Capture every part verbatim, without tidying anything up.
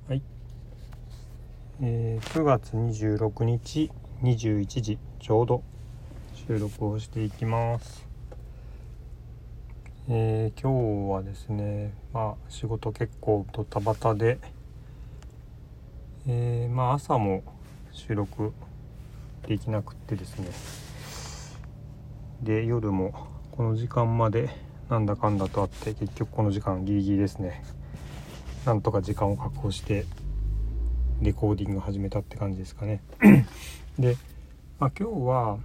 はい、えー、くがつにじゅうろくにちにじゅういちじちょうど収録をしていきます。えー、今日はですね、まあ仕事結構ドタバタで、えー、まあ朝も収録できなくってですね、で夜もこの時間までなんだかんだとあって、結局この時間ギリギリですね。なんとか時間を確保してレコーディング始めたって感じですかね。で、まあ、今日は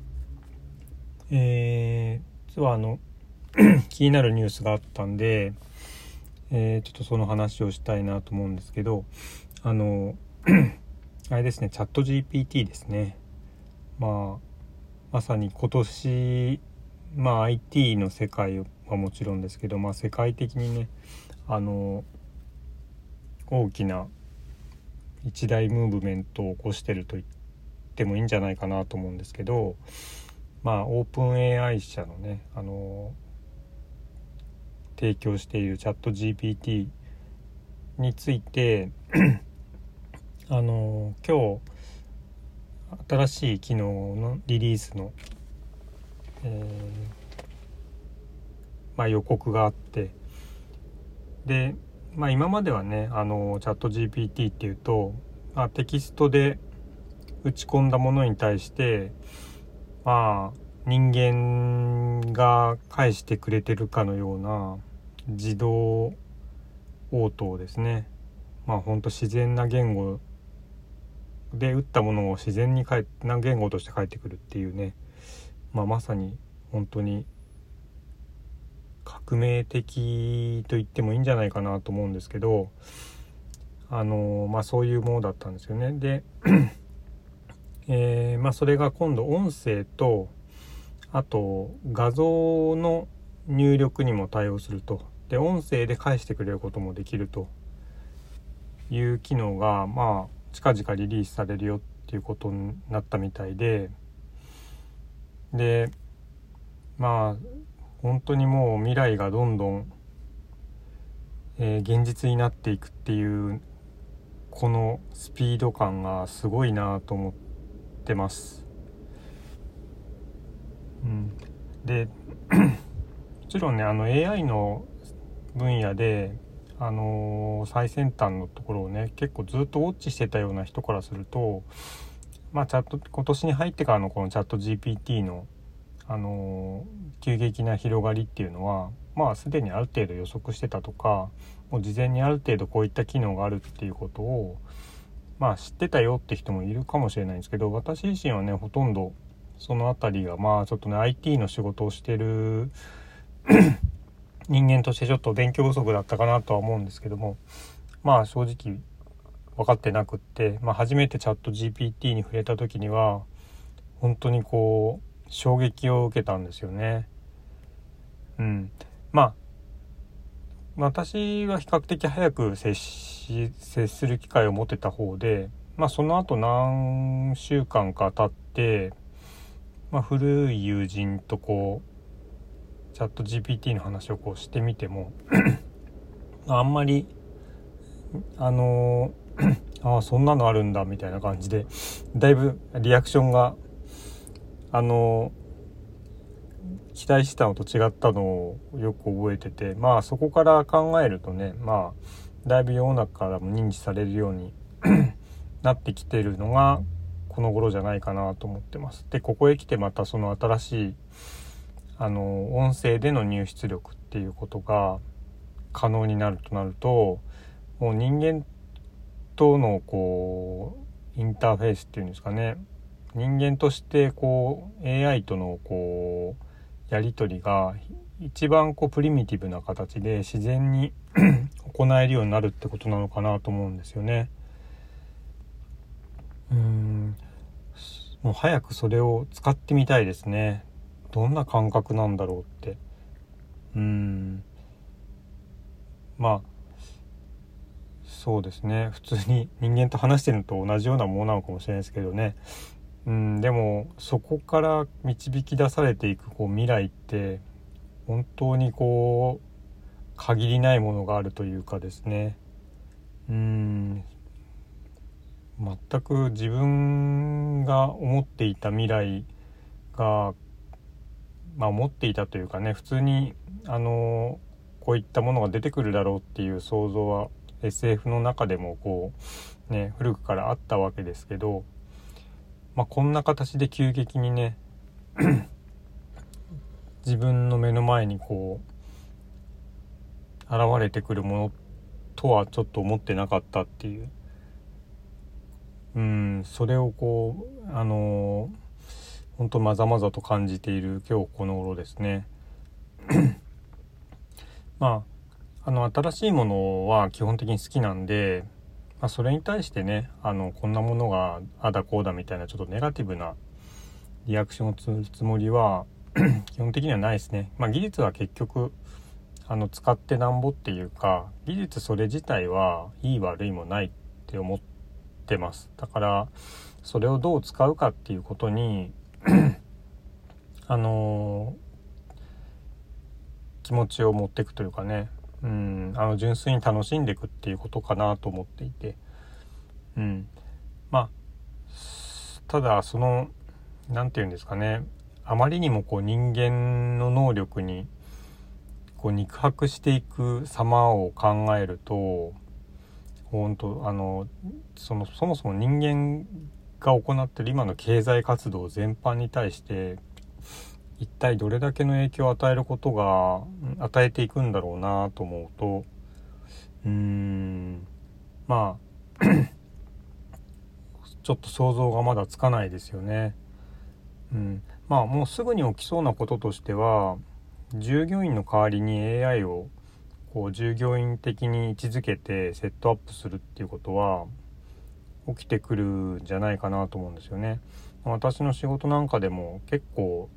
えー、実はあの気になるニュースがあったんで、えー、ちょっとその話をしたいなと思うんですけど、あのあれですね、チャット ジーピーティー ですね。まあまさに今年、まあ アイティー の世界はもちろんですけど、まあ世界的にね、あの大きな一大ムーブメントを起こしてると言ってもいいんじゃないかなと思うんですけど、まあオープン エーアイ 社のね、あの提供しているチャット ジーピーティー についてあの今日新しい機能のリリースの、えーまあ、予告があって、で、まあ、今まではね、あのチャット ジーピーティー っていうと、まあ、テキストで打ち込んだものに対してまあ人間が返してくれてるかのような自動応答ですね。まあ本当自然な言語で打ったものを自然に返な言語として返ってくるっていうね、まあ、まさに本当に革命的と言ってもいいんじゃないかなと思うんですけど、あのまあそういうものだったんですよね。で、えー、まあそれが今度音声とあと画像の入力にも対応すると。で、音声で返してくれることもできるという機能がまあ近々リリースされるよっていうことになったみたいで、でまあ本当にもう未来がどんどん、えー、現実になっていくっていうこのスピード感がすごいなと思ってます。うん、でもちろんね、あの エーアイ の分野であのー、最先端のところをね結構ずっとウォッチしてたような人からすると、まあチャット今年に入ってからのこのチャット ジーピーティー のあのー、急激な広がりっていうのはまあすでにある程度予測してたとか、もう事前にある程度こういった機能があるっていうことをまあ知ってたよって人もいるかもしれないんですけど、私自身はねほとんどそのあたりがまあちょっとね アイティー の仕事をしてる人間としてちょっと勉強不足だったかなとは思うんですけども、まあ正直分かってなくって、まあ、初めてチャット ジーピーティー に触れた時には本当にこう衝撃を受けたんですよね。うん、まあ私は比較的早く接し接する機会を持てた方で、まあその後何週間か経って、まあ、古い友人とこうチャット ジーピーティー の話をこうしてみてもあんまりあのああそんなのあるんだみたいな感じで、だいぶリアクションがあの期待したのと違ったのをよく覚えてて、まあそこから考えるとね、まあだいぶ世の中からも認知されるようになってきてるのがこの頃じゃないかなと思ってます。で、ここへ来てまたその新しいあの音声での入出力っていうことが可能になるとなると、もう人間とのこうインターフェースっていうんですかね、人間としてこう エーアイ とのこうやり取りが一番こうプリミティブな形で自然に行えるようになるってことなのかなと思うんですよね。うーんもう早くそれを使ってみたいですね。どんな感覚なんだろうって。うーんまあそうですね、普通に人間と話してるのと同じようなものなのかもしれないですけどね。うん、でもそこから導き出されていくこう未来って本当にこう限りないものがあるというかですね。 うーん全く自分が思っていた未来が、まあ思っていたというかね、普通にあのこういったものが出てくるだろうっていう想像は エスエフ の中でもこうね古くからあったわけですけど、まあこんな形で急激にね自分の目の前にこう現れてくるものとはちょっと思ってなかったっていう、うんそれをこうあの本当まざまざと感じている今日この頃ですねまああの新しいものは基本的に好きなんで、まあ、それに対してねあのこんなものがあだこうだみたいなちょっとネガティブなリアクションをするつもりは基本的にはないですね。まあ技術は結局あの使ってなんぼっていうか、技術それ自体はいい悪いもないって思ってます。だからそれをどう使うかっていうことにあのー、気持ちを持っていくというかね、うんあの純粋に楽しんでいくっていうことかなと思っていて、うんまあただそのなんていうんですかね、あまりにもこう人間の能力にこう肉薄していく様を考えると、本当あのそのそもそも人間が行っている今の経済活動全般に対して一体どれだけの影響を与えることが与えていくんだろうなと思うと、うーんまあちょっと想像がまだつかないですよね。うん、まあもうすぐに起きそうなこととしては、従業員の代わりに エーアイ をこう従業員的に位置づけてセットアップするっていうことは起きてくるんじゃないかなと思うんですよね。私の仕事なんかでも結構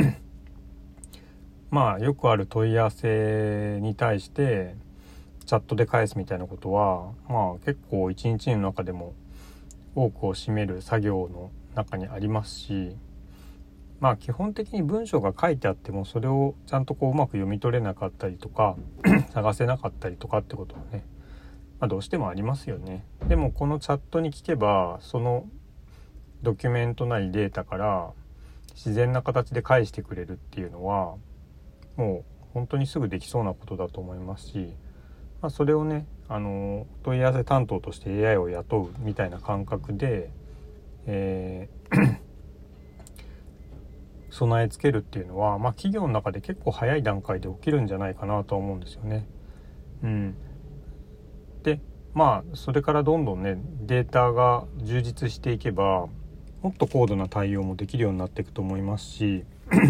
まあよくある問い合わせに対してチャットで返すみたいなことは、まあ結構一日の中でも多くを占める作業の中にありますし、まあ基本的に文章が書いてあってもそれをちゃんとこううまく読み取れなかったりとか探せなかったりとかってことはね、まあ、どうしてもありますよね。でもこのチャットに聞けばそのドキュメントなりデータから自然な形で返してくれるっていうのはもう本当にすぐできそうなことだと思いますし、まあ、それをねあの問い合わせ担当として エーアイ を雇うみたいな感覚で、えー備え付けるっていうのは、まあ、企業の中で結構早い段階で起きるんじゃないかなとは思うんですよね。うん、でまあそれからどんどんねデータが充実していけばもっと高度な対応もできるようになっていくと思いますし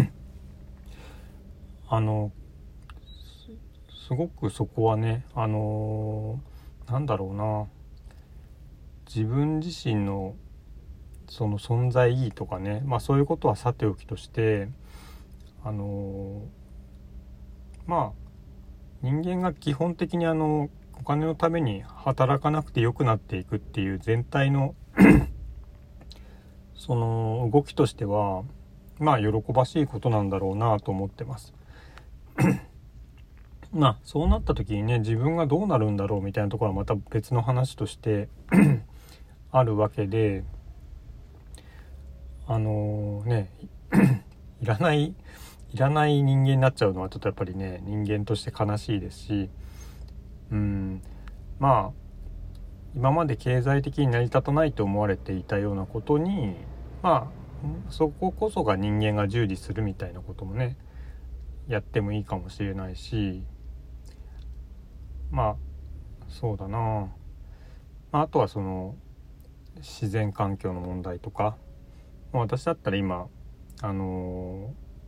あのすごくそこはねあのー、なんだろうな、自分自身のその存在意義とかね、まあそういうことはさておきとして、あのー、まあ人間が基本的にあのお金のために働かなくて良くなっていくっていう全体のその動きとしてはまあ喜ばしいことなんだろうなと思ってますまあそうなった時にね自分がどうなるんだろうみたいなところはまた別の話としてあるわけで、あのー、ねいらないいらない人間になっちゃうのはちょっとやっぱりね人間として悲しいですし、うんまあ今まで経済的に成り立たないと思われていたようなことにまあそここそが人間が従事するみたいなこともねやってもいいかもしれないし、まあそうだな、まあ、あとはその自然環境の問題とか、まあ、私だったら今あの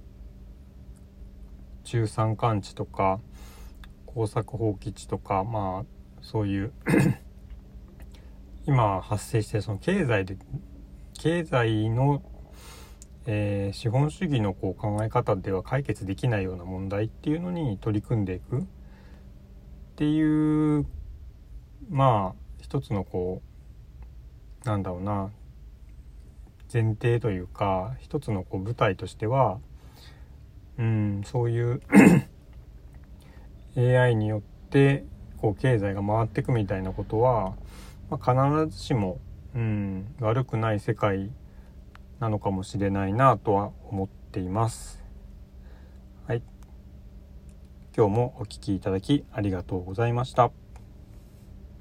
ー、中山間地とか耕作放棄地とかまあそういう今発生しているその経済で経済の、えー、資本主義のこう考え方では解決できないような問題っていうのに取り組んでいくっていうまあ一つのこうなんだろうな前提というか一つのこう舞台としては、うんそういうエーアイ によってこう経済が回っていくみたいなことは、まあ、必ずしも、うん、悪くない世界なのかもしれないなとは思っています。はい、今日もお聞きいただきありがとうございました。